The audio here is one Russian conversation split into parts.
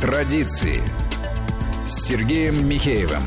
Традиции с Сергеем Михеевым.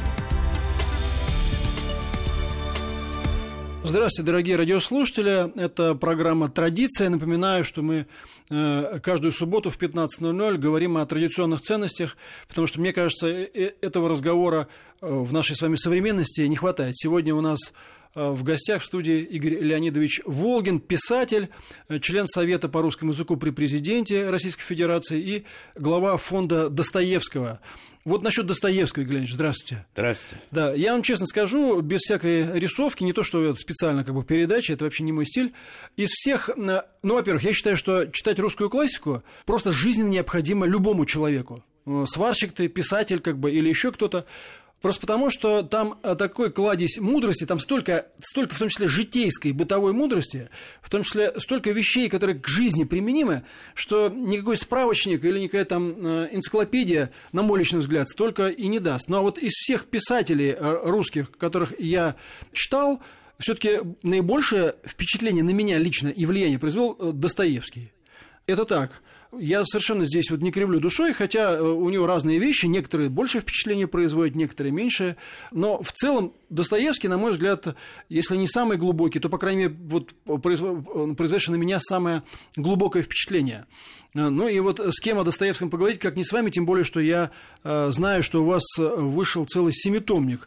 Здравствуйте, дорогие радиослушатели. Это программа «Традиция». Напоминаю, что мы каждую субботу в 15:00 говорим о традиционных ценностях, потому что, мне кажется, этого разговора в нашей с вами современности не хватает. Сегодня у нас в гостях в студии Игорь Леонидович Волгин, писатель, член Совета по русскому языку при президенте Российской Федерации и глава фонда Достоевского. Вот насчет Достоевского, Игорь Леонидович, здравствуйте. Здравствуйте. Да, я вам честно скажу, без всякой рисовки, не то что специально как бы передача, это вообще не мой стиль. Из всех, ну, во-первых, я считаю, что читать русскую классику просто жизненно необходимо любому человеку. Сварщик ты, писатель как бы или еще кто-то. Просто потому, что там такой кладезь мудрости, там столько, в том числе, житейской, бытовой мудрости, в том числе столько вещей, которые к жизни применимы, что никакой справочник или никакая там энциклопедия, на мой личный взгляд, столько и не даст. Но вот из всех писателей русских, которых я читал, все-таки наибольшее впечатление на меня лично и влияние произвел Достоевский. Это так. Я совершенно здесь вот не кривлю душой, хотя у него разные вещи, некоторые больше впечатления производят, некоторые меньше, но в целом Достоевский, на мой взгляд, если не самый глубокий, то, по крайней мере, вот произведший на меня самое глубокое впечатление. Ну и вот с кем о Достоевском поговорить, как не с вами, тем более, что я знаю, что у вас вышел целый семитомник.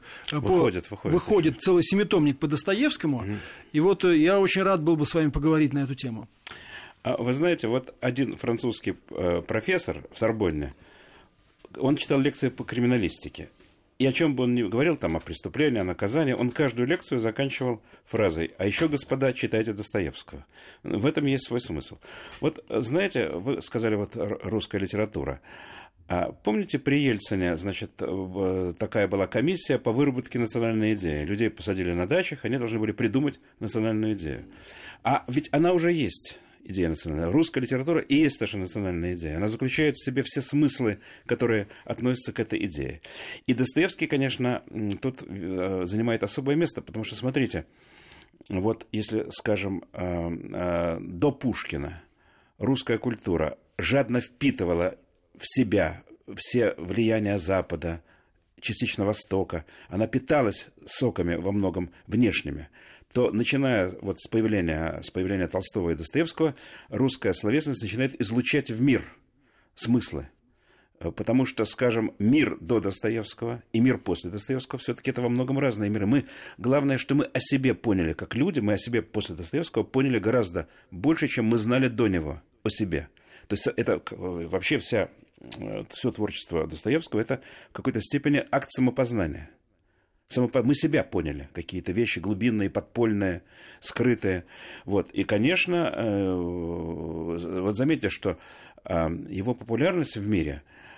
Выходит целый семитомник по Достоевскому, и вот я очень рад был бы с вами поговорить на эту тему. Вы знаете, вот один французский профессор в Сорбонне, он читал лекции по криминалистике. И о чем бы он ни говорил, там, о преступлении, о наказании, он каждую лекцию заканчивал фразой: «А еще, господа, читайте Достоевского». В этом есть свой смысл. Вот, знаете, вы сказали, вот русская литература. Помните, при Ельцине, значит, такая была комиссия по выработке национальной идеи. Людей посадили на дачах, они должны были придумать национальную идею. А ведь она уже есть. Идея национальная. Русская литература и есть наша национальная идея. Она заключает в себе все смыслы, которые относятся к этой идее. И Достоевский, конечно, тут занимает особое место, потому что, смотрите, вот если, скажем, до Пушкина русская культура жадно впитывала в себя все влияния Запада, частично Востока, она питалась соками во многом внешними, то, начиная вот с появления Толстого и Достоевского, русская словесность начинает излучать в мир смыслы. Потому что, скажем, мир до Достоевского и мир после Достоевского все-таки это во многом разные миры. Главное, что мы о себе поняли как люди, мы о себе после Достоевского поняли гораздо больше, чем мы знали до него о себе. То есть это вообще все творчество Достоевского — это в какой-то степени акт самопознания. Мы себя поняли, какие-то вещи глубинные, подпольные, скрытые. Вот. И, конечно, вот заметьте, что его популярность в мире,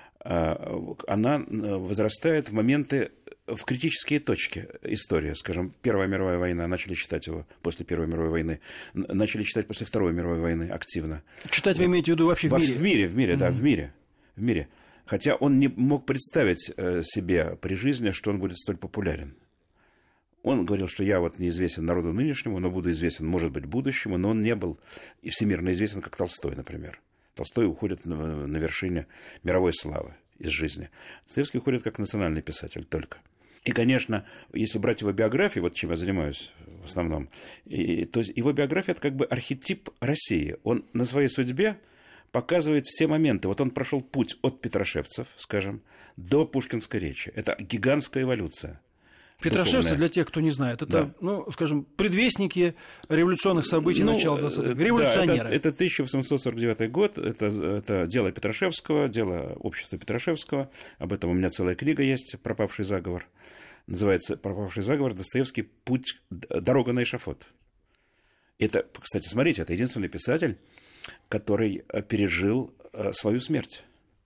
она возрастает в моменты, в критические точки истории. Скажем, Первая мировая война, начали читать его после Первой мировой войны, начали читать после Второй мировой войны активно. Читать вы имеете в виду вообще в мире? В мире, да, в мире. Хотя он не мог представить себе при жизни, что он будет столь популярен. Он говорил, что я вот неизвестен народу нынешнему, но буду известен, может быть, будущему, но он не был и всемирно известен, как Толстой, например. Толстой уходит на вершине мировой славы из жизни. Достоевский уходит как национальный писатель только. И, конечно, если брать его биографию, вот чем я занимаюсь в основном, то его биография — это как бы архетип России. Он на своей судьбе показывает все моменты. Вот он прошел путь от Петрашевцев, скажем, до Пушкинской речи. Это гигантская эволюция. Петрашевцы, духовная. Для тех, кто не знает, это, да. Ну, скажем, предвестники революционных событий начала 20 века. Революционеры. Да, это 1849 год, это дело Петрашевского, дело общества Петрашевского. Об этом у меня целая книга есть «Пропавший заговор». Называется «Пропавший заговор. Достоевский. Путь. Дорога на эшафот». Это, кстати, смотрите, это единственный писатель, который пережил свою смерть.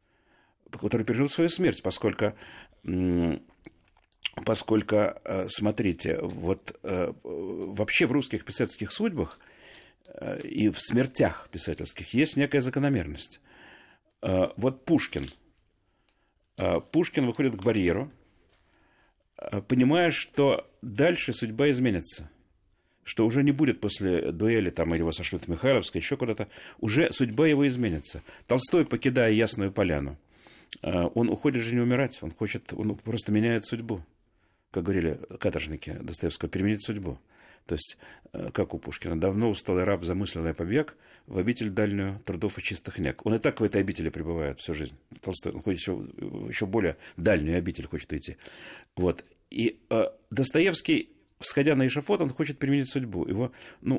Поскольку, смотрите, вот вообще в русских писательских судьбах и в смертях писательских есть некая закономерность. Вот Пушкин выходит к барьеру, понимая, что дальше судьба изменится, что уже не будет после дуэли, там, его сошлют в Михайловское, еще куда-то, уже судьба его изменится. Толстой, покидая Ясную Поляну, он уходит же не умирать, он просто меняет судьбу. Как говорили каторжники Достоевского, переменить судьбу. То есть, как у Пушкина, давно усталый раб, замысленный побег в обитель дальнюю трудов и чистых нег. Он и так в этой обители пребывает всю жизнь. Толстой, он хочет еще более дальнюю обитель хочет уйти. Вот. И Достоевский, всходя на эшафот, он хочет переменить судьбу. Его,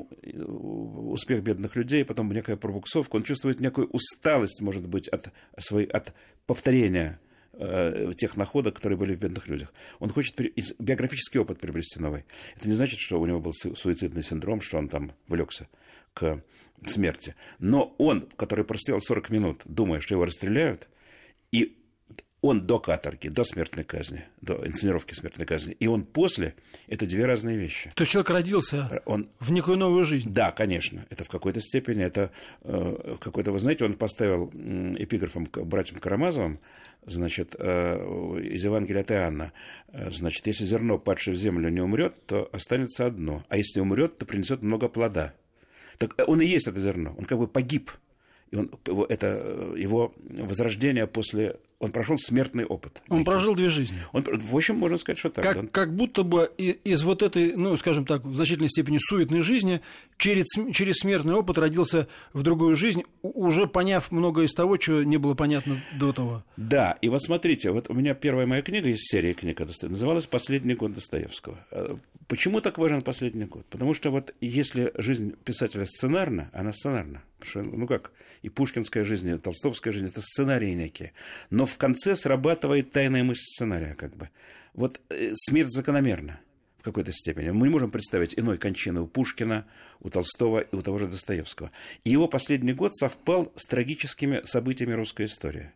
успех бедных людей, потом некая пробуксовка, он чувствует некую усталость, может быть, от повторения тех находок, которые были в бедных людях. Он хочет биографический опыт приобрести новый. Это не значит, что у него был суицидный синдром, что он там влекся к смерти. Но он, который простоял 40 минут, думая, что его расстреляют, и он до каторги, до смертной казни, до инсценировки смертной казни, и он после, это две разные вещи. То есть человек родился в некую новую жизнь. Да, конечно. Это в какой-то степени, это какой-то, вы знаете, он поставил эпиграфом к братьям Карамазовым, значит, из Евангелия от Иоанна, значит, если зерно, падшее в землю, не умрет, то останется одно, а если умрет, то принесет много плода. Так он и есть это зерно, он как бы погиб. И это его возрождение после... Он прошел смертный опыт. Он прожил две жизни. В общем, можно сказать, что так. Как будто бы из вот этой, скажем так, в значительной степени суетной жизни через смертный опыт родился в другую жизнь, уже поняв многое из того, чего не было понятно до того. Да, и вот смотрите, вот у меня первая моя книга из серии книг называлась «Последний год Достоевского». Почему так важен последний год? Потому что вот если жизнь писателя сценарна, она сценарна. Потому что, и пушкинская жизнь, и толстовская жизнь — это сценарии некие. Но в конце срабатывает тайная мысль сценария, как бы. Вот смерть закономерна в какой-то степени. Мы не можем представить иной кончины у Пушкина, у Толстого и у того же Достоевского. И его последний год совпал с трагическими событиями русской истории.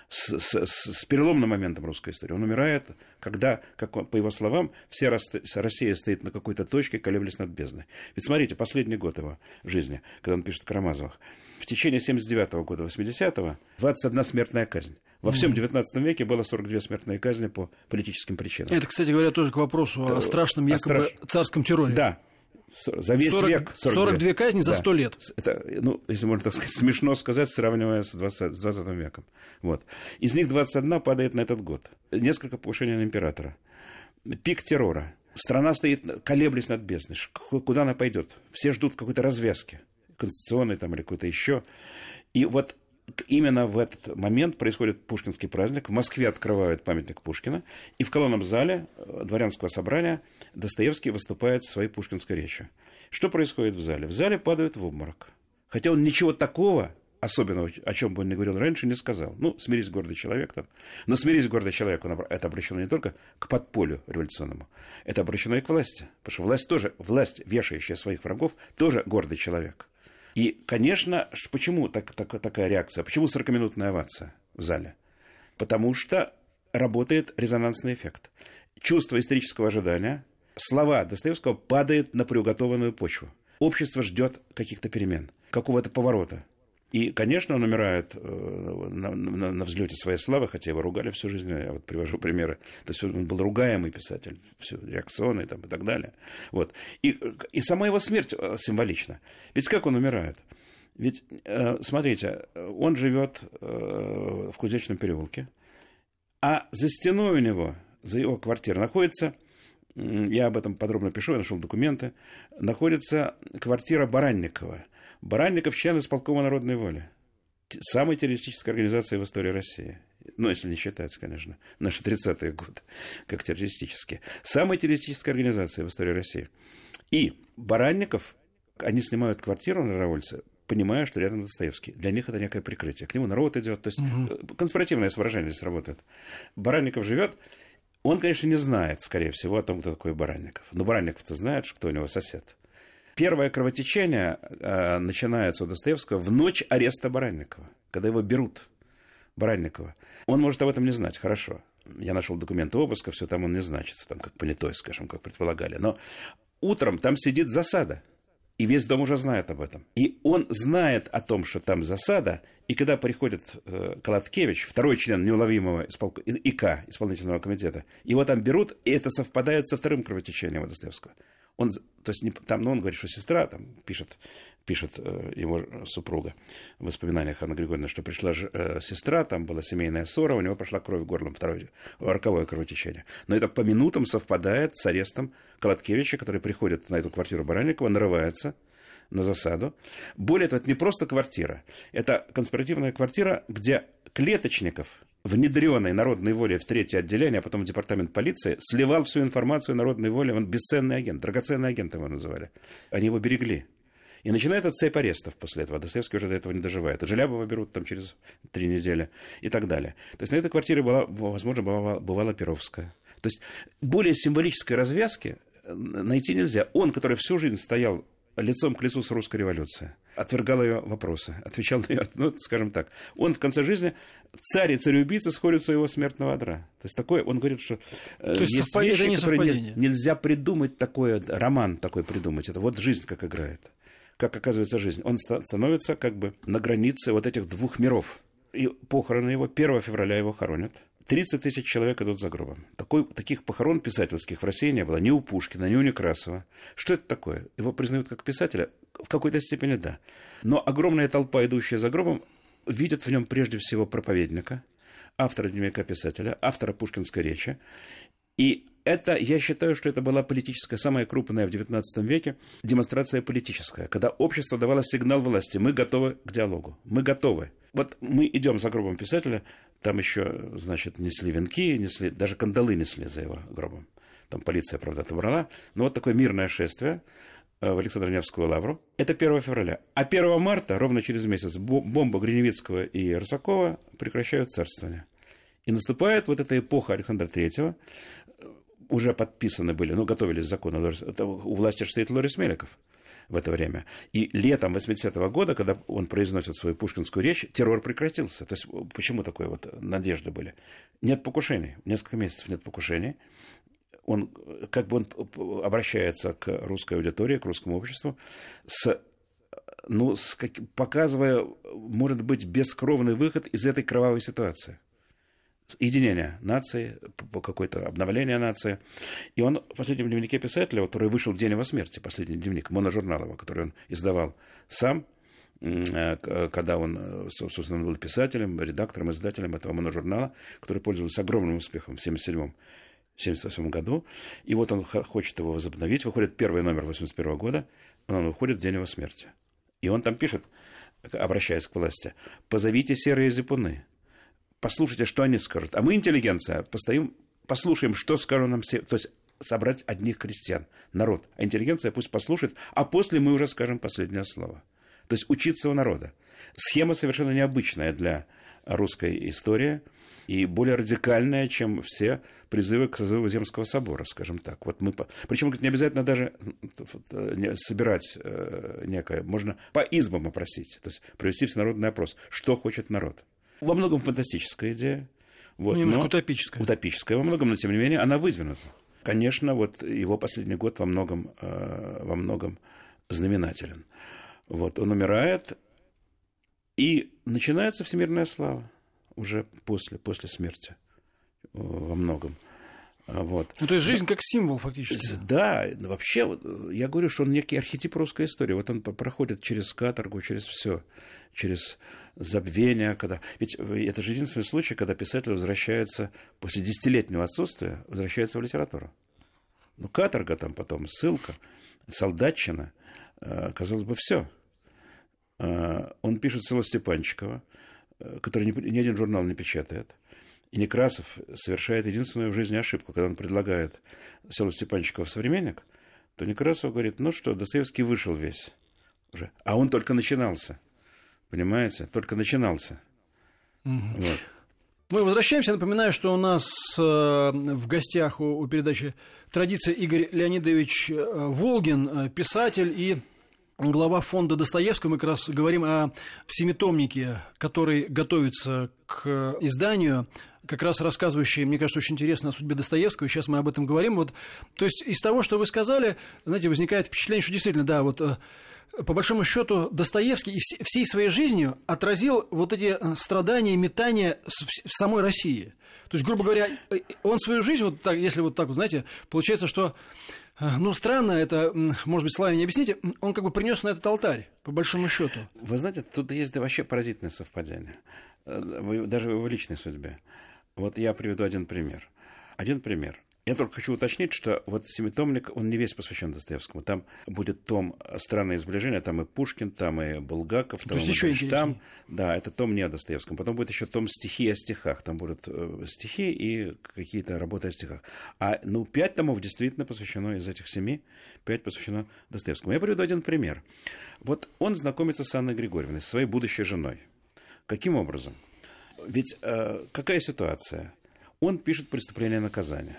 С переломным моментом русской истории. Он умирает, когда, по его словам, вся Россия стоит на какой-то точке, колеблясь над бездной. Ведь смотрите, последний год его жизни, когда он пишет о Карамазовых. В течение 79-го года, 80-го, 21 смертная казнь. Во всем 19 веке было 42 смертные казни по политическим причинам. Это, кстати говоря, тоже к вопросу о страшном якобы царском терроре. Да. За весь век 42 казни за 100 лет. Это, если можно так сказать, смешно сказать, сравнивая с 20 веком. Вот. Из них 21 падает на этот год. Несколько покушений на императора. Пик террора. Страна стоит, колеблясь над бездной. Куда она пойдет? Все ждут какой-то развязки. Конституционной там или какой-то еще. И вот именно в этот момент происходит Пушкинский праздник. В Москве открывают памятник Пушкина. И в колонном зале дворянского собрания Достоевский выступает со своей пушкинской речью. Что происходит в зале? В зале падают в обморок. Хотя он ничего такого особенного, о чем бы он не говорил раньше, не сказал. Смирись, гордый человек. Там. Но смирись, гордый человек, это обращено не только к подполью революционному, это обращено и к власти. Потому что власть, вешающая своих врагов, тоже гордый человек. И, конечно, почему такая реакция? Почему 40-минутная овация в зале? Потому что работает резонансный эффект. Чувство исторического ожидания, слова Достоевского падают на приуготованную почву. Общество ждет каких-то перемен, какого-то поворота. И, конечно, он умирает на взлете своей славы, хотя его ругали всю жизнь. Я вот привожу примеры. То есть он был ругаемый писатель, реакционный там, и так далее. Вот. И сама его смерть символична. Ведь как он умирает? Ведь, смотрите, он живет в Кузнечном переулке, а за стеной у него, за его квартирой находится, я об этом подробно пишу, я нашел документы, находится квартира Баранникова. Баранников — член исполкома народной воли. Самой террористической организации в истории России. Если не считать, конечно, наши 30-е годы, как террористические. Самой террористической организации в истории России. И Баранников, они снимают квартиру на Добровольце, понимая, что рядом Достоевский. Для них это некое прикрытие. К нему народ идет. То есть конспиративное соображение здесь работает. Баранников живет. Он, конечно, не знает, скорее всего, о том, кто такой Баранников. Но Баранников-то знает, кто у него сосед. Первое кровотечение начинается у Достоевского в ночь ареста Баранникова, когда его берут, Баранникова. Он может об этом не знать, хорошо. Я нашел документы обыска, все там он не значится, там как понятой, скажем, как предполагали. Но утром там сидит засада, и весь дом уже знает об этом. И он знает о том, что там засада, и когда приходит Колоткевич, второй член неуловимого ИК, исполнительного комитета, его там берут, и это совпадает со вторым кровотечением у Достоевского. Он говорит, что сестра там, пишет пишет его супруга в воспоминаниях Анны Григорьевны, что пришла сестра, там была семейная ссора, у него пошла кровь горлом, роковое кровотечение. Но это по минутам совпадает с арестом Колоткевича, который приходит на эту квартиру Баранникова, нарывается на засаду. Более того, это не просто квартира, это конспиративная квартира, где Клеточников, внедренный народной волей в 3-е отделение, а потом в департамент полиции, сливал всю информацию народной воли. Он бесценный агент, драгоценный агент его называли. Они его берегли. И начинается цепь арестов после этого. Достоевский уже до этого не доживает. Желябова берут там через 3 недели и так далее. То есть на этой квартире возможно, бывала Перовская. То есть более символической развязки найти нельзя. Он, который всю жизнь стоял лицом к лицу с русской революцией, отвергал ее вопросы, отвечал на ее, скажем так. Он в конце жизни, царь и цареубийца сходятся у его смертного одра. То есть такое, он говорит, что есть вещи, это не которые нельзя придумать такое, роман такой придумать. Это вот жизнь как играет. Как оказывается жизнь. Он становится как бы на границе вот этих 2 миров. И похороны его, 1 февраля его хоронят. 30 тысяч человек идут за гробом. Таких похорон писательских в России не было ни у Пушкина, ни у Некрасова. Что это такое? Его признают как писателя? В какой-то степени да. Но огромная толпа, идущая за гробом, видит в нем прежде всего проповедника, автора дневника писателя, автора пушкинской речи. И это, я считаю, что это была политическая, самая крупная в XIX веке демонстрация политическая, когда общество давало сигнал власти: мы готовы к диалогу, мы готовы. Вот мы идем за гробом писателя, там еще, значит, несли венки, даже кандалы несли за его гробом. Там полиция, правда, отобрала. Но вот такое мирное шествие в Александро-Невскую лавру. Это 1 февраля. А 1 марта, ровно через месяц, бомба Гриневицкого и Рысакова прекращают царствование. И наступает вот эта эпоха Александра III. Уже подписаны были, готовились законы. У власти стоит Лорис Меликов в это время. И летом 80-го года, когда он произносит свою пушкинскую речь, террор прекратился. То есть почему такое вот надежды были? Нет покушений. Несколько месяцев нет покушений. Он обращается к русской аудитории, к русскому обществу, показывая, может быть, бескровный выход из этой кровавой ситуации. Единение нации, какое-то обновление нации. И он в последнем дневнике писателя, который вышел в день его смерти, последний дневник, моножурнал его, который он издавал сам, когда он, собственно, был писателем, редактором, издателем этого моножурнала, который пользовался огромным успехом в 1977-1978 году. И вот он хочет его возобновить. Выходит первый номер 1981 года, он выходит в день его смерти. И он там пишет, обращаясь к власти: «Позовите серые зипуны. Послушайте, что они скажут. А мы, интеллигенция, послушаем, что скажут нам все». То есть собрать одних крестьян, народ. А интеллигенция пусть послушает, а после мы уже скажем последнее слово. То есть учиться у народа. Схема совершенно необычная для русской истории и более радикальная, чем все призывы к созыву Земского собора, скажем так. Вот причем не обязательно даже собирать некое, можно по избам опросить, то есть провести всенародный опрос, что хочет народ. Во многом фантастическая идея. Вот, немножко утопическая. Утопическая во многом, но тем не менее она выдвинута. Конечно, вот его последний год во многом знаменателен. Вот, он умирает, и начинается всемирная слава уже после смерти во многом. Вот. То есть жизнь как символ фактически. Да, вообще, я говорю, что он некий архетип русской истории. Вот он проходит через каторгу, через все, через забвение. Ведь это же единственный случай, когда писатель возвращается после 10-летнего отсутствия, возвращается в литературу. Каторга там потом, ссылка, солдатчина, казалось бы, все. Он пишет «Село Степанчиково», который ни один журнал не печатает. И Некрасов совершает единственную в жизни ошибку. Когда он предлагает «Село Степанчиково» в «Современник», то Некрасов говорит: Достоевский вышел весь уже. А он только начинался. Понимаете? Только начинался. Угу. Вот. Мы возвращаемся. Напоминаю, что у нас в гостях у передачи «Традиция» Игорь Леонидович Волгин, писатель и глава фонда Достоевского. Мы как раз говорим о семитомнике, который готовится к изданию, как раз рассказывающий, мне кажется, очень интересно о судьбе Достоевского. Сейчас мы об этом говорим. То есть из того, что вы сказали, знаете, возникает впечатление, что действительно, да, по большому счету, Достоевский всей своей жизнью отразил вот эти страдания, метания в самой России. То есть, грубо говоря, он свою жизнь, вот так, если вот так, знаете, получается, что, ну, странно, это, может быть, словами не объясните, он как бы принес на этот алтарь, по большому счету. Вы знаете, тут есть вообще поразительное совпадение, даже в его личной судьбе. Вот я приведу один пример. Я только хочу уточнить, что вот семитомник, он не весь посвящен Достоевскому. Там будет том «Странное сближение», там и Пушкин, там и Булгаков, там и Мандельштам. Да, это том не о Достоевском. Потом будет еще том «Стихи о стихах». Там будут стихи и какие-то работы о стихах. 5 томов действительно посвящено из этих 7, 5 посвящено Достоевскому. Я приведу один пример. Вот он знакомится с Анной Григорьевной, со своей будущей женой. Каким образом? Ведь какая ситуация? Он пишет «Преступление и наказание».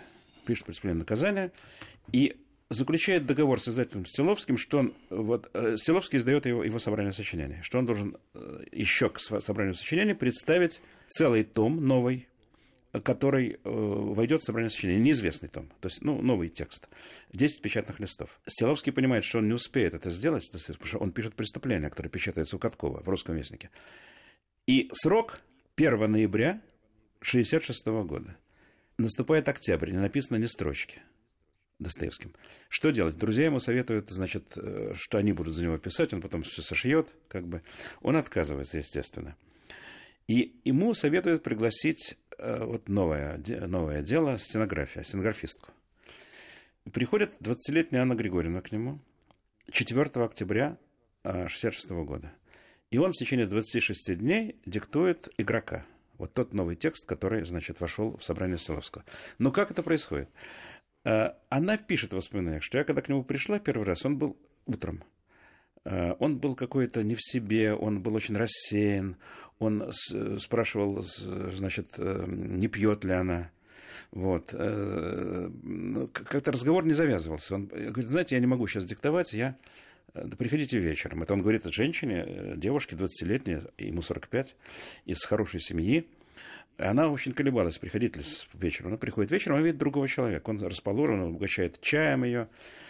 И заключает договор с издателем Стелловским, что он, Стелловский издает его собрание сочинений, что он должен еще к собранию сочинений представить целый том новый, который войдет в собрание сочинений, неизвестный том, то есть новый текст, 10 печатных листов. Стелловский понимает, что он не успеет это сделать, потому что он пишет «Преступление», которое печатается у Каткова в «Русском вестнике». И срок 1 ноября 1966 года. Наступает октябрь, не написано ни строчки Достоевским. Что делать? Друзья ему советуют, значит, что они будут за него писать, он потом все сошьет, как бы. Он отказывается, естественно. И ему советуют пригласить новое дело, стенографистку. Приходит 20-летняя Анна Григорьевна к нему 4 октября 1966 года. И он в течение 26 дней диктует «Игрока». Вот тот новый текст, который, значит, вошел в собрание Стелловского. Но как это происходит? Она пишет в воспоминаниях, что я, когда к нему пришла первый раз, он был утром. Он был какой-то не в себе, он был очень рассеян. Он спрашивал, значит, не пьет ли она. Вот. Как-то разговор не завязывался. Он говорит, знаете, я не могу сейчас диктовать, приходите вечером. Это он говорит женщине, девушке 20-летней, ему 45, из хорошей семьи. Она очень колебалась, приходить ли вечером. Она приходит вечером, он видит другого человека. Он расположен, он угощает чаем ее.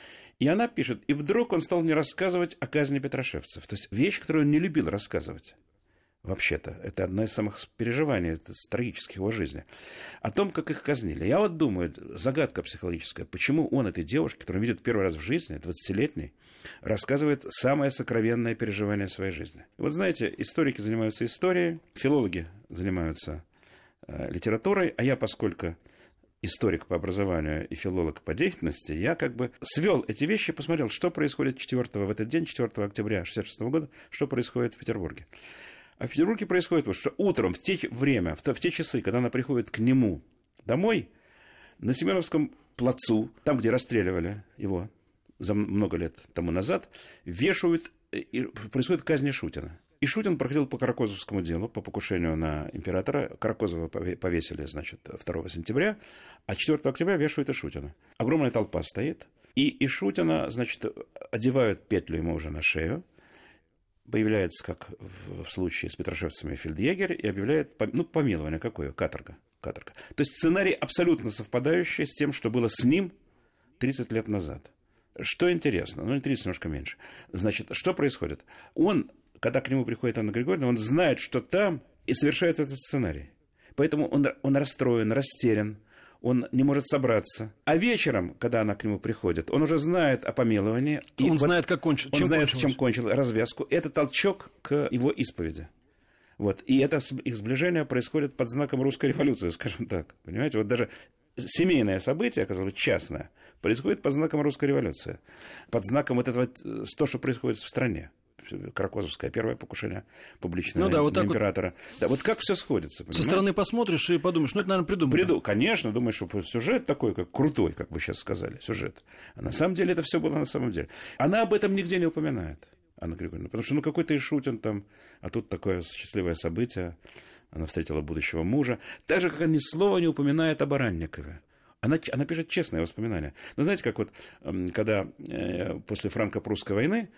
И она пишет, и вдруг он стал мне рассказывать о казни петрошевцев. То есть вещь, которую он не любил рассказывать. Вообще-то, это одно из самых переживаний трагических его жизни. О том, как их казнили. Я вот думаю, загадка психологическая, почему он этой девушке, которую он видит первый раз в жизни, 20-летней, рассказывает самое сокровенное переживание своей жизни. И вот знаете, историки занимаются историей, филологи занимаются литературой, а я, поскольку историк по образованию и филолог по деятельности, я как бы свел эти вещи, посмотрел, что происходит в этот день, 4 октября 1966 года, что происходит в Петербурге. А в Петербурге происходит вот, что утром, в те часы, когда она приходит к нему домой, на Семеновском плацу, там, где расстреливали его за много лет тому назад, вешают, и происходит казнь Шутина. И Шутин проходил по Каракозовскому делу, по покушению на императора. Каракозова повесили, значит, 2 сентября, а 4 октября вешают и Шутина. Огромная толпа стоит, и Шутина, значит, одевают петлю ему уже на шею, появляется, как в случае с петрошевцами, фельдъегерь и объявляет, помилование какое, каторга. То есть сценарий абсолютно совпадающий с тем, что было с ним 30 лет назад. Что интересно, не 30, немножко меньше. Значит, что происходит? Он, когда к нему приходит Анна Григорьевна, он знает, что там и совершается этот сценарий. Поэтому он расстроен, растерян, он не может собраться. А вечером, когда она к нему приходит, он уже знает о помиловании. Он знает, как кончил. Он знает, чем кончил развязку. Это толчок к его исповеди. Вот. И это их сближение происходит под знаком русской революции, скажем так. Понимаете, вот даже семейное событие, оказалось, частное, происходит под знаком русской революции. Под знаком вот этого, то, что происходит в стране. Каракозовское первое покушение публичное на императора. Вот. Да, вот как все сходится. Понимаете? Со стороны посмотришь и подумаешь, это, наверное, придумано. Конечно, думаешь, что сюжет такой, как крутой, как вы сейчас сказали, сюжет. А на самом деле это все было на самом деле. Она об этом нигде не упоминает, Анна Григорьевна, потому что какой-то и Шутин там, а тут такое счастливое событие. Она встретила будущего мужа. Так же, как она ни слова не упоминает об Баранникове. Она пишет честные воспоминания. Но знаете, как вот, когда после франко-прусской войны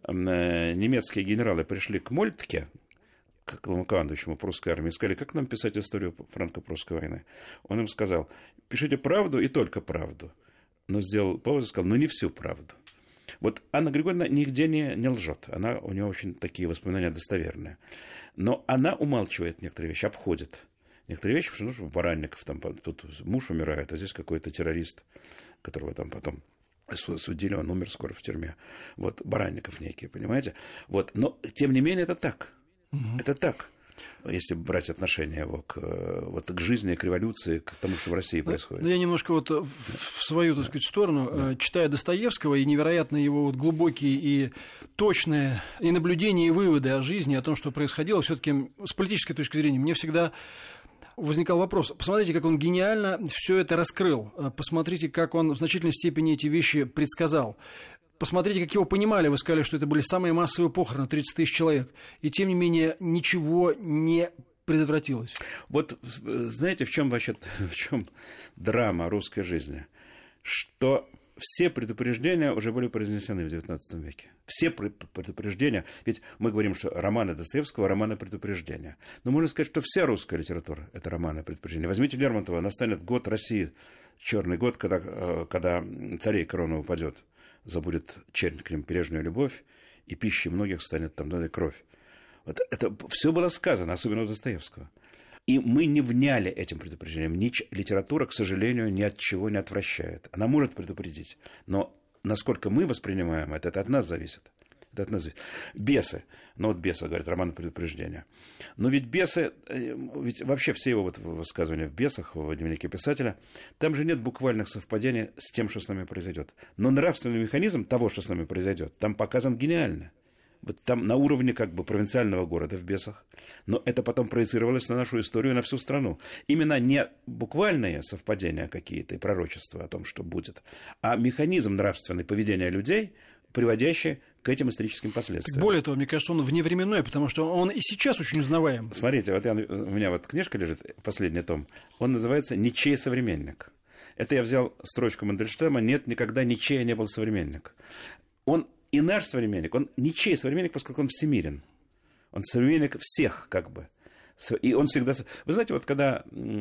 немецкие генералы пришли к Мольтке, к главнокомандующему прусской армии, и сказали, как нам писать историю франко-прусской войны. Он им сказал, пишите правду и только правду. Но сделал паузу и сказал, не всю правду. Вот Анна Григорьевна нигде не лжет. У нее очень такие воспоминания достоверные. Но она умалчивает некоторые вещи, обходит некоторые вещи, потому что Баранников, там, тут муж умирает, а здесь какой-то террорист, которого там потом судили, он умер скоро в тюрьме. Вот, Баранников некий, понимаете? Вот, но, тем не менее, это так. Это так. Если брать отношение его к жизни, к революции, к тому, что в России происходит. Ну, я немножко вот в свою, так сказать, сторону, читая Достоевского, и невероятно его вот глубокие и точные и наблюдения, и выводы о жизни, о том, что происходило, все-таки с политической точки зрения, мне всегда возникал вопрос. Посмотрите, как он гениально все это раскрыл. Посмотрите, как он в значительной степени эти вещи предсказал. Посмотрите, как его понимали. Вы сказали, что это были самые массовые похороны, 30 тысяч человек. И, тем не менее, ничего не предотвратилось. Вот, знаете, в чем драма русской жизни? Что все предупреждения уже были произнесены в XIX веке. Все предупреждения. Ведь мы говорим, что романы Достоевского – романы предупреждения. Но можно сказать, что вся русская литература – это романы предупреждения. Возьмите Лермонтова. Настанет год России, черный год, когда царей корона упадет. Забудет чернь к ним прежнюю любовь, и пищей многих станет там и кровь. Вот это все было сказано, особенно у Достоевского. И мы не вняли этим предупреждением. Литература, к сожалению, ни от чего не отвращает. Она может предупредить, но насколько мы воспринимаем это от нас зависит. Это от нас зависит. «Бесы». Ну вот «Бесы», говорит, роман предупреждения. Но ведь «Бесы», ведь вообще все его вот высказывания в «Бесах», в дневнике писателя, там же нет буквальных совпадений с тем, что с нами произойдет. Но нравственный механизм того, что с нами произойдет, там показан гениально. Вот там на уровне как бы провинциального города в «Бесах», но это потом проецировалось на нашу историю, на всю страну. Именно не буквальные совпадения какие-то и пророчества о том, что будет, а механизм нравственного поведения людей, приводящий к этим историческим последствиям. Так более того, мне кажется, он вневременной, потому что он и сейчас очень узнаваем. Смотрите, вот у меня вот книжка лежит, последний том, он называется «Ничей современник». Это я взял строчку Мандельштама: «Нет, никогда ничей не был современник». Он и наш современник, он ничей современник, поскольку он всемирен. Он современник всех, как бы. И он всегда... Вы знаете, вот когда...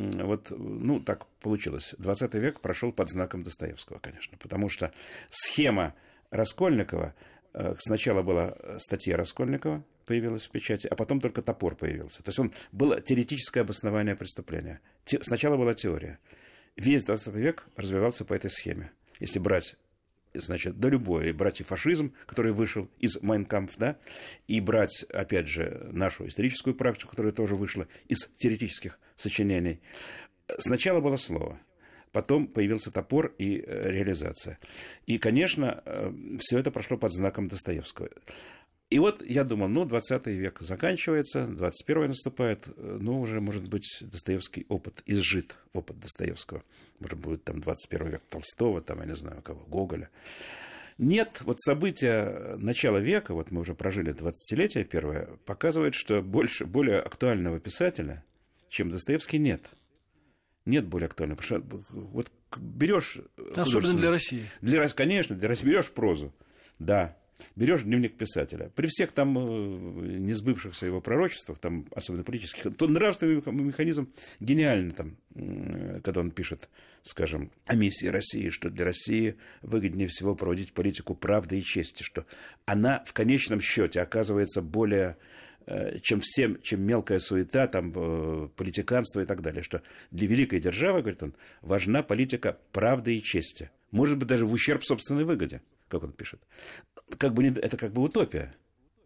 так получилось. 20 век прошел под знаком Достоевского, конечно. Потому что схема Раскольникова... Сначала была статья Раскольникова, появилась в печати, а потом только топор появился. То есть было теоретическое обоснование преступления. Сначала была теория. Весь 20 век развивался по этой схеме. Если брать... Значит, да любое, и брать и фашизм, который вышел из «Майн кампф», да, и брать, опять же, нашу историческую практику, которая тоже вышла из теоретических сочинений. Сначала было слово, потом появился топор и реализация. И, конечно, все это прошло под знаком Достоевского. И вот я думал, 20 век заканчивается, 21 наступает, уже, может быть, Достоевский опыт изжит, опыт Достоевского. Может, будет там 21 век Толстого, там, я не знаю, кого, Гоголя. Нет, вот события начала века, вот мы уже прожили 20-летие первое, показывает, что более актуального писателя, чем Достоевский, нет. Нет более актуального. Потому что вот берешь... Особенно для России. Конечно, для России. Берешь прозу, да. Берешь дневник писателя. При всех там не сбывшихся его пророчествах, там, особенно политических, то нравственный механизм гениальный, там, когда он пишет, скажем, о миссии России, что для России выгоднее всего проводить политику правды и чести, что она в конечном счете оказывается более, чем мелкая суета, там, политиканство и так далее, что для великой державы, говорит он, важна политика правды и чести, может быть, даже в ущерб собственной выгоде. Как он пишет. Это как бы утопия.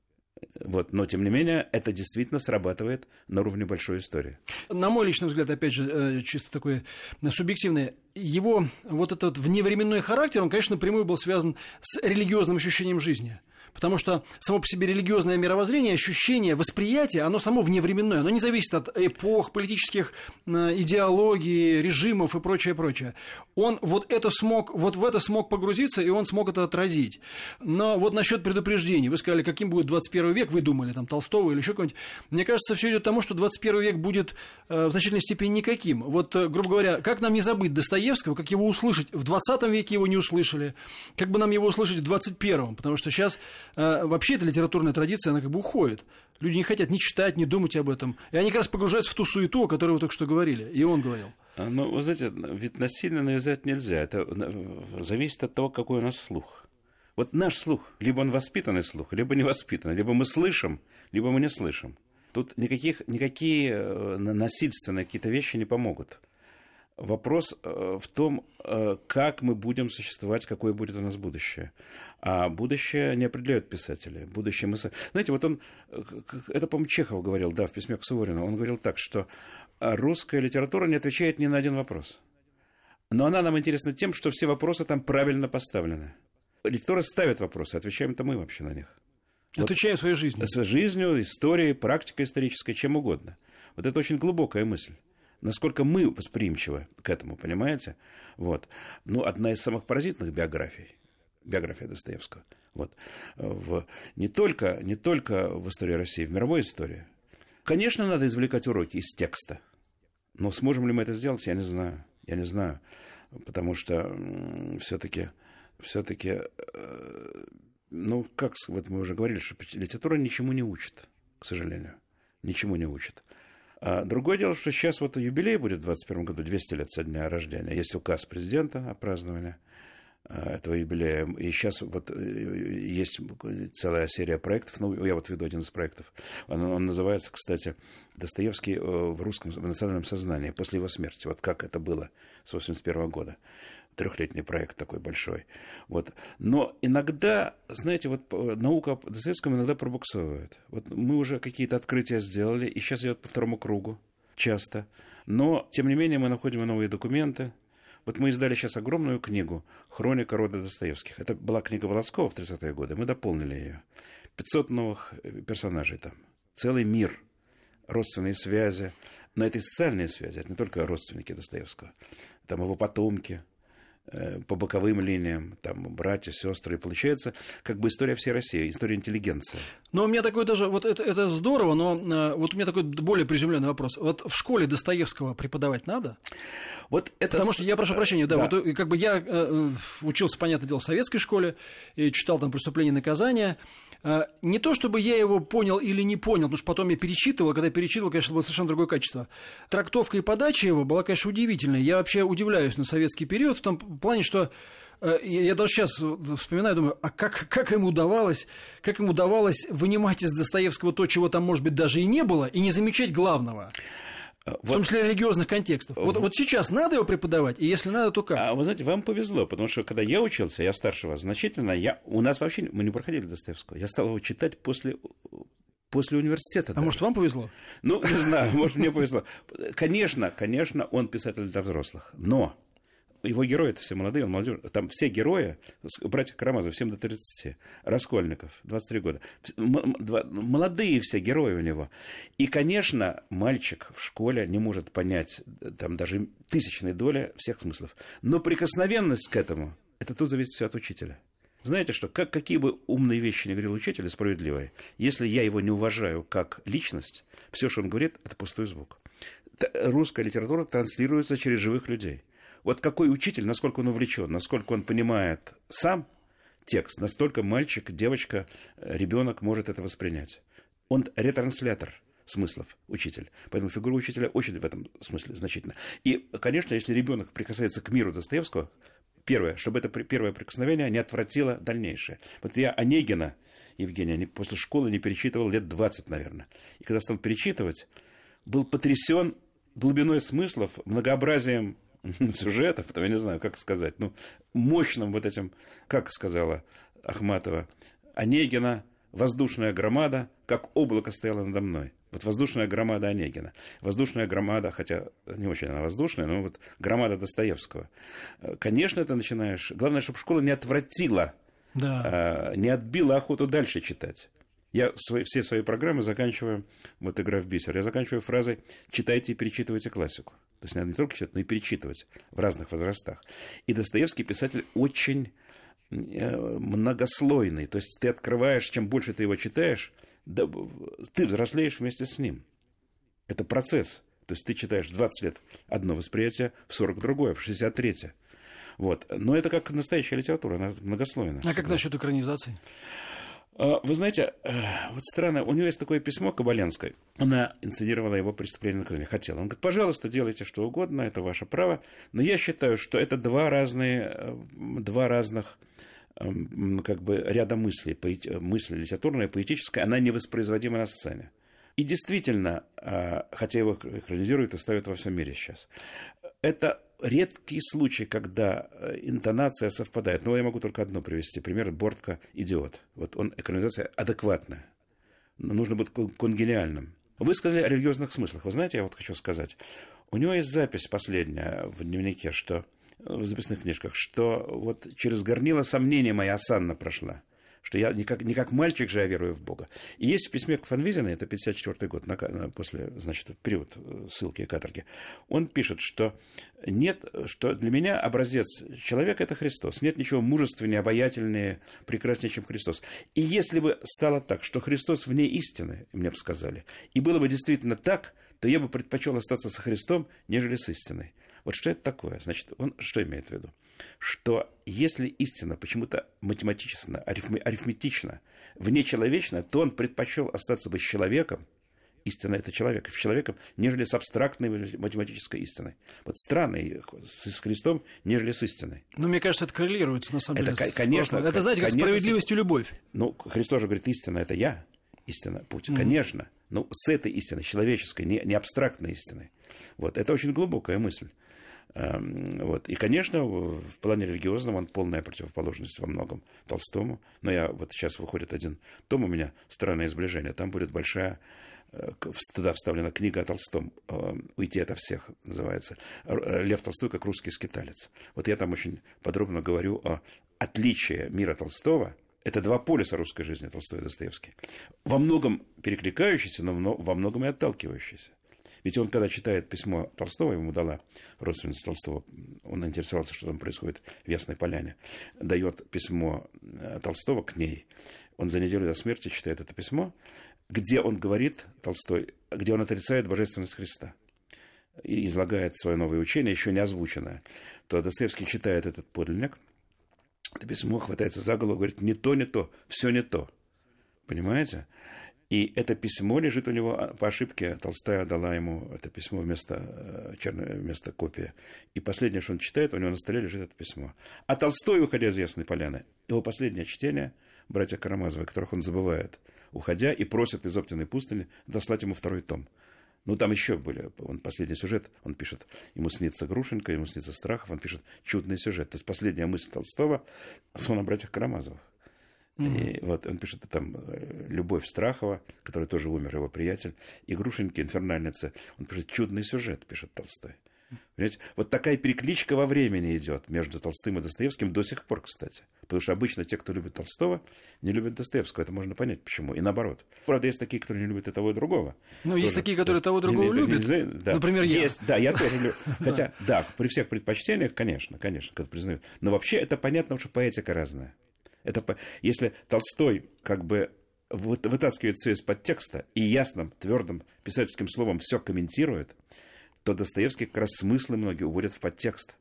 Вот. Но, тем не менее, это действительно срабатывает на уровне большой истории. На мой личный взгляд, опять же, чисто такой субъективный, его вот этот вневременной характер, он, конечно, напрямую был связан с религиозным ощущением жизни. Потому что само по себе религиозное мировоззрение, ощущение, восприятие, оно само вневременное. Оно не зависит от эпох, политических идеологий, режимов и прочее, прочее. Он в это смог погрузиться, и он смог это отразить. Но вот насчет предупреждений. Вы сказали, каким будет 21 век, вы думали, там, Толстого или еще кого-нибудь. Мне кажется, все идет к тому, что 21 век будет в значительной степени никаким. Вот, грубо говоря, как нам не забыть Достоевского, как его услышать? В 20 веке его не услышали. Как бы нам его услышать в 21-м? Потому что сейчас... Вообще эта литературная традиция, она как бы уходит. Люди не хотят ни читать, ни думать об этом. И они как раз погружаются в ту суету, о которой вы только что говорили. И он говорил. Ну, вы знаете, ведь насильно навязать нельзя. Это зависит от того, какой у нас слух. Вот наш слух, либо он воспитанный слух, либо невоспитанный, либо мы слышим, либо мы не слышим. Тут никакие насильственные какие-то вещи не помогут. Вопрос в том, как мы будем существовать, какое будет у нас будущее. А будущее не определяют писатели. Будущее мы... Знаете, вот он, это, по-моему, Чехов говорил, да, в письме к Суворину, он говорил так, что русская литература не отвечает ни на один вопрос. Но она нам интересна тем, что все вопросы там правильно поставлены. Литература ставит вопросы, отвечаем-то мы вообще на них. Отвечаем своей жизнью. Своей жизнью, историей, практикой исторической, чем угодно. Вот это очень глубокая мысль. Насколько мы восприимчивы к этому, понимаете? Вот. Ну, одна из самых поразительных биографий, биография Достоевского. Вот. Не только в истории России, в мировой истории. Конечно, надо извлекать уроки из текста. Но сможем ли мы это сделать, я не знаю. Я не знаю. Потому что все-таки, ну, как вот мы уже говорили, что литература ничему не учит, к сожалению. Ничему не учит. А другое дело, что сейчас вот юбилей будет в 2021 году, 200 лет со дня рождения. Есть указ президента о праздновании этого юбилея. И сейчас вот есть целая серия проектов. Ну, я вот веду один из проектов. Он называется, кстати, «Достоевский в русском в национальном сознании после его смерти». Вот как это было с 1981 года. Трехлетний проект такой большой. Вот. Но иногда, знаете, вот наука о Достоевском иногда пробуксовывает. Вот мы уже какие-то открытия сделали, и сейчас идет по второму кругу часто. Но, тем не менее, мы находим новые документы. Вот мы издали сейчас огромную книгу «Хроника рода Достоевских». Это была книга Володского в 30-е годы, мы дополнили ее. 500 новых персонажей там. Целый мир. Родственные связи. Но это и социальные связи. Это не только родственники Достоевского. Там его потомки. По боковым линиям, там, братья, сестры. И получается, как бы история всей России, история интеллигенции. Но у меня такой даже, вот это здорово, но вот у меня такой более приземленный вопрос. Вот в школе Достоевского преподавать надо? Вот это... Потому что я прошу прощения, да. Вот, как бы я учился, понятное дело, в советской школе и читал там «Преступление и наказание». Не то, чтобы я его понял или не понял, потому что потом я перечитывал, когда я перечитывал, конечно, было совершенно другое качество. Трактовка и подача его была, конечно, удивительной. Я вообще удивляюсь на советский период в том плане, что я даже сейчас вспоминаю, думаю, а как ему удавалось вынимать из Достоевского то, чего там, может быть, даже и не было, и не замечать главного? В том числе религиозных контекстов. Вот сейчас надо его преподавать, и если надо, то как? Вы знаете, вам повезло, потому что когда я учился, я старше вас значительно, у нас вообще мы не проходили Достоевского. Я стал его читать после университета. А может, вам повезло? Ну, не знаю, может, мне повезло. Конечно, он писатель для взрослых, но его герои-то все молодые, он молодежь. Там все герои, братья Карамазовы, всем до 30, Раскольников, 23 года. Молодые все герои у него. И, конечно, мальчик в школе не может понять там даже тысячной доли всех смыслов. Но прикосновенность к этому, это тут зависит все от учителя. Знаете что, какие бы умные вещи ни говорил учитель, справедливые, если я его не уважаю как личность, все, что он говорит, это пустой звук. Русская литература транслируется через живых людей. Вот какой учитель, насколько он увлечен, насколько он понимает сам текст, настолько мальчик, девочка, ребенок может это воспринять. Он ретранслятор смыслов, учитель. Поэтому фигура учителя очень в этом смысле значительна. И, конечно, если ребенок прикасается к миру Достоевского, первое, чтобы это первое прикосновение не отвратило дальнейшее. Вот я Онегина, Евгения, после школы не перечитывал лет 20, наверное. И когда стал перечитывать, был потрясен глубиной смыслов, многообразием сюжетов, я не знаю, как сказать, мощным вот этим, как сказала Ахматова, Онегина, воздушная громада, как облако стояло надо мной. Вот воздушная громада Онегина. Воздушная громада, хотя не очень она воздушная, но вот громада Достоевского. Конечно, ты начинаешь... Главное, чтобы школа не отвратила, не отбила охоту дальше читать. Я все свои программы заканчиваю, вот «Игра в бисер», я заканчиваю фразой «читайте и перечитывайте классику». То есть надо не только читать, но и перечитывать в разных возрастах. И Достоевский писатель очень многослойный. То есть ты открываешь, чем больше ты его читаешь, ты взрослеешь вместе с ним. Это процесс. То есть ты читаешь 20 лет одно восприятие, в 40 другое, в 60 третье. Вот. Но это как настоящая литература, она многослойная. А как насчет экранизации? Вы знаете, вот странно, у нее есть такое письмо Кабаленской. Она инсценировала его «Преступление и наказание». Хотела. Он говорит, пожалуйста, делайте что угодно, это ваше право. Но я считаю, что это два разных как бы ряда мыслей, мысль литературная, поэтическая, она невоспроизводима на сцене. И действительно, хотя его экранизируют и ставят во всем мире сейчас, это редкий случай, когда интонация совпадает. Ну, я могу только одно привести. Пример Бортко «Идиот». Вот он, экранизация адекватная. Но нужно быть конгениальным. Вы сказали о религиозных смыслах. Вы знаете, я вот хочу сказать. У него есть запись последняя в дневнике, что в записных книжках, что вот через горнило сомнения моя осанна прошла. Что я не как мальчик же я верую в Бога. И есть в письме к фон Визену, это 1954 год, после, значит, период ссылки и каторги, он пишет, что нет, что для меня образец человека – это Христос. Нет ничего мужественнее, обаятельнее, прекраснее, чем Христос. И если бы стало так, что Христос вне истины, мне бы сказали, и было бы действительно так, то я бы предпочел остаться со Христом, нежели с истиной. Вот что это такое? Значит, он что имеет в виду? Что если истина почему-то математично, арифметично, внечеловечна, то он предпочел остаться бы с человеком, истина – это человек, с человеком, нежели с абстрактной математической истиной. Вот странно, с Христом, нежели с истиной. Ну, мне кажется, это коррелируется, на самом деле. Конечно. Это, знаете, как справедливость и любовь. Ну, Христос же говорит, истина – это я, истина, путь. Конечно. Но с этой истиной, человеческой, не абстрактной истиной. Вот. Это очень глубокая мысль. Вот. И, конечно, в плане религиозном он полная противоположность во многом Толстому. Но вот сейчас выходит один том у меня «Странное сближение». Там будет большая, туда вставлена книга о Толстом «Уйти ото всех» называется. Лев Толстой как русский скиталец. Вот я там очень подробно говорю о отличии мира Толстого. Это два полюса русской жизни, Толстой и Достоевский. Во многом перекликающиеся, но во многом и отталкивающиеся. Ведь он, когда читает письмо Толстого, ему дала родственница Толстого, он интересовался, что там происходит в Ясной Поляне, дает письмо Толстого к ней. Он за неделю до смерти читает это письмо, где он говорит, Толстой, где он отрицает божественность Христа и излагает свое новое учение, еще не озвученное. То Достоевский читает этот подлинник, это письмо, хватается за голову, говорит, не то, все не то. Понимаете? И это письмо лежит у него по ошибке. Толстая дала ему это письмо вместо копии. И последнее, что он читает, у него на столе лежит это письмо. А Толстой, уходя из Ясной Поляны, его последнее чтение, братья Карамазовы, которых он забывает, уходя, и просит из Оптиной пустыни дослать ему второй том. Ну, там еще были, последний сюжет, он пишет, ему снится Грушенька, ему снится Страхов, он пишет чудный сюжет. То есть последняя мысль Толстого – сон о братьях Карамазовых. И вот он пишет там «Любовь Страхова», который тоже умер, его приятель, и Грушеньки, «Инфернальница». Он пишет «Чудный сюжет», пишет Толстой. Понимаете? Вот такая перекличка во времени идет между Толстым и Достоевским до сих пор, кстати. Потому что обычно те, кто любит Толстого, не любят Достоевского. Это можно понять, почему. И наоборот. Правда, есть такие, которые не любят и того, и другого. Ну, есть такие, которые того, и другого любят. Да. Например, я. Есть, да, я тоже люблю. Хотя, да, при всех предпочтениях, конечно, когда признают. Но вообще это понятно, потому что поэтика разная. Если Толстой как бы вытаскивает все из-под текста и ясным, твердым писательским словом все комментирует, то Достоевский как раз смыслы многие уводят в подтекст.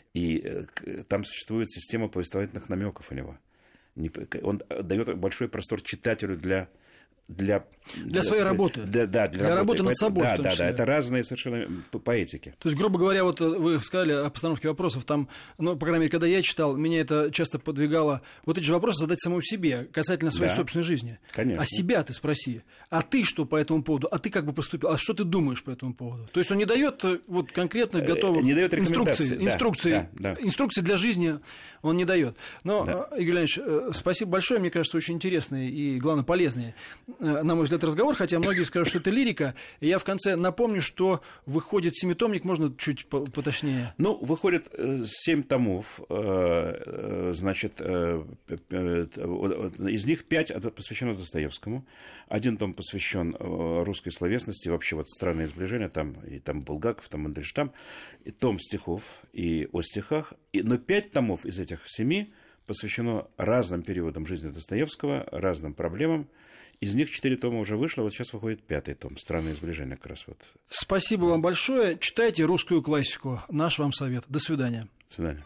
И там существует система повествовательных намеков у него. Он дает большой простор читателю для своей работы. Для работы над собой. Да, это разные совершенно поэтики. То есть, грубо говоря, вот вы сказали о постановке вопросов, там, ну, по крайней мере, когда я читал, меня это часто подвигало вот эти же вопросы задать самому себе, касательно своей собственной жизни. Конечно. А себя ты спроси. А ты что по этому поводу? А ты как бы поступил? А что ты думаешь по этому поводу? То есть, он не дает вот конкретно готовых инструкций для жизни он не дает. Но, Игорь Леонидович, спасибо большое, мне кажется, очень интересный и, главное, полезный, на мой взгляд, разговор, хотя многие скажут, что это лирика. И я в конце напомню, что выходит семитомник, можно чуть поточнее? Ну, выходит 7 томов, значит, из них 5 посвящено Достоевскому, 1 том посвящен русской словесности, вообще вот «Странное сближение», там Булгаков, там Мандельштам, и том стихов и о стихах, но 5 томов из этих 7 посвящено разным периодам жизни Достоевского, разным проблемам. Из них 4 тома уже вышло, вот сейчас выходит 5-й том «Странное сближение» как раз вот. Спасибо вам большое. Читайте русскую классику. Наш вам совет. До свидания. До свидания.